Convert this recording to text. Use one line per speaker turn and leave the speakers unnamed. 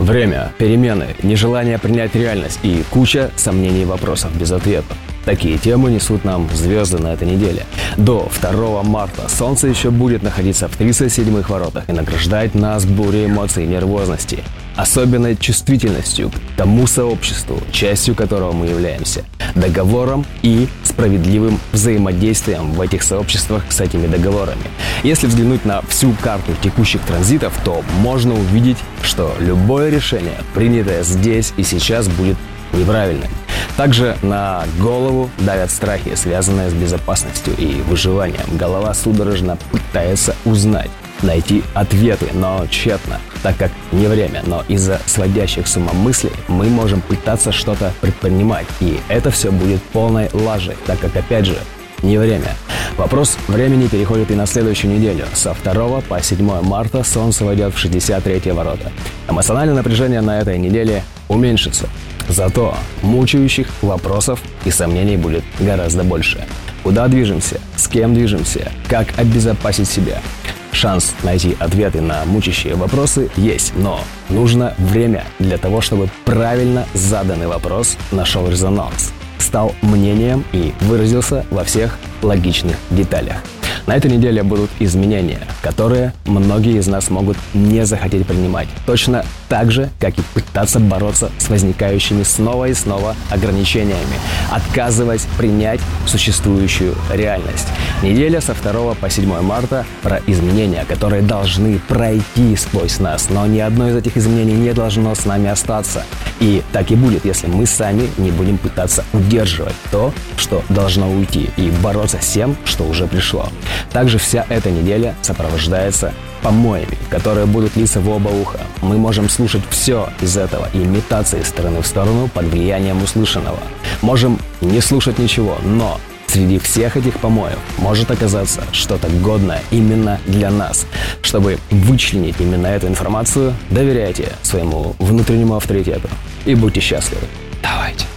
Время, перемены, нежелание принять реальность и куча сомнений и вопросов без ответов. Такие темы несут нам звезды на этой неделе. До 2 марта Солнце еще будет находиться в 37-х воротах и награждать нас бурей эмоций и нервозности, особенной чувствительностью к тому сообществу, частью которого мы являемся, договором и справедливым взаимодействием в этих сообществах с этими договорами. Если взглянуть на всю карту текущих транзитов, то можно увидеть, что любое решение, принятое здесь и сейчас, будет неправильным. Также на голову давят страхи, связанные с безопасностью и выживанием. Голова судорожно пытается узнать, найти ответы, но тщетно, так как не время, но из-за сводящих с ума мыслей мы можем пытаться что-то предпринимать, и это все будет полной лажей, так как, опять же, не время. Вопрос времени переходит и на следующую неделю. Со 2 по 7 марта Солнце войдет в 63-е ворота. Эмоциональное напряжение на этой неделе уменьшится. Зато мучающих вопросов и сомнений будет гораздо больше. Куда движемся? С кем движемся? Как обезопасить себя? Шанс найти ответы на мучащие вопросы есть, но нужно время для того, чтобы правильно заданный вопрос нашел резонанс, стал мнением и выразился во всех логичных деталях. На этой неделе будут изменения, которые многие из нас могут не захотеть принимать. Точно так же, как и пытаться бороться с возникающими снова и снова ограничениями, отказываясь принять существующую реальность. Неделя со 2 по 7 марта про изменения, которые должны пройти сквозь нас, но ни одно из этих изменений не должно с нами остаться. И так и будет, если мы сами не будем пытаться удерживать то, что должно уйти, и бороться с тем, что уже пришло. Также вся эта неделя сопровождается помоями, которые будут литься в оба уха. Мы можем слушать все из этого и метаться из стороны в сторону под влиянием услышанного. Можем не слушать ничего, но среди всех этих помоев может оказаться что-то годное именно для нас. Чтобы вычленить именно эту информацию, доверяйте своему внутреннему авторитету и будьте счастливы. Давайте.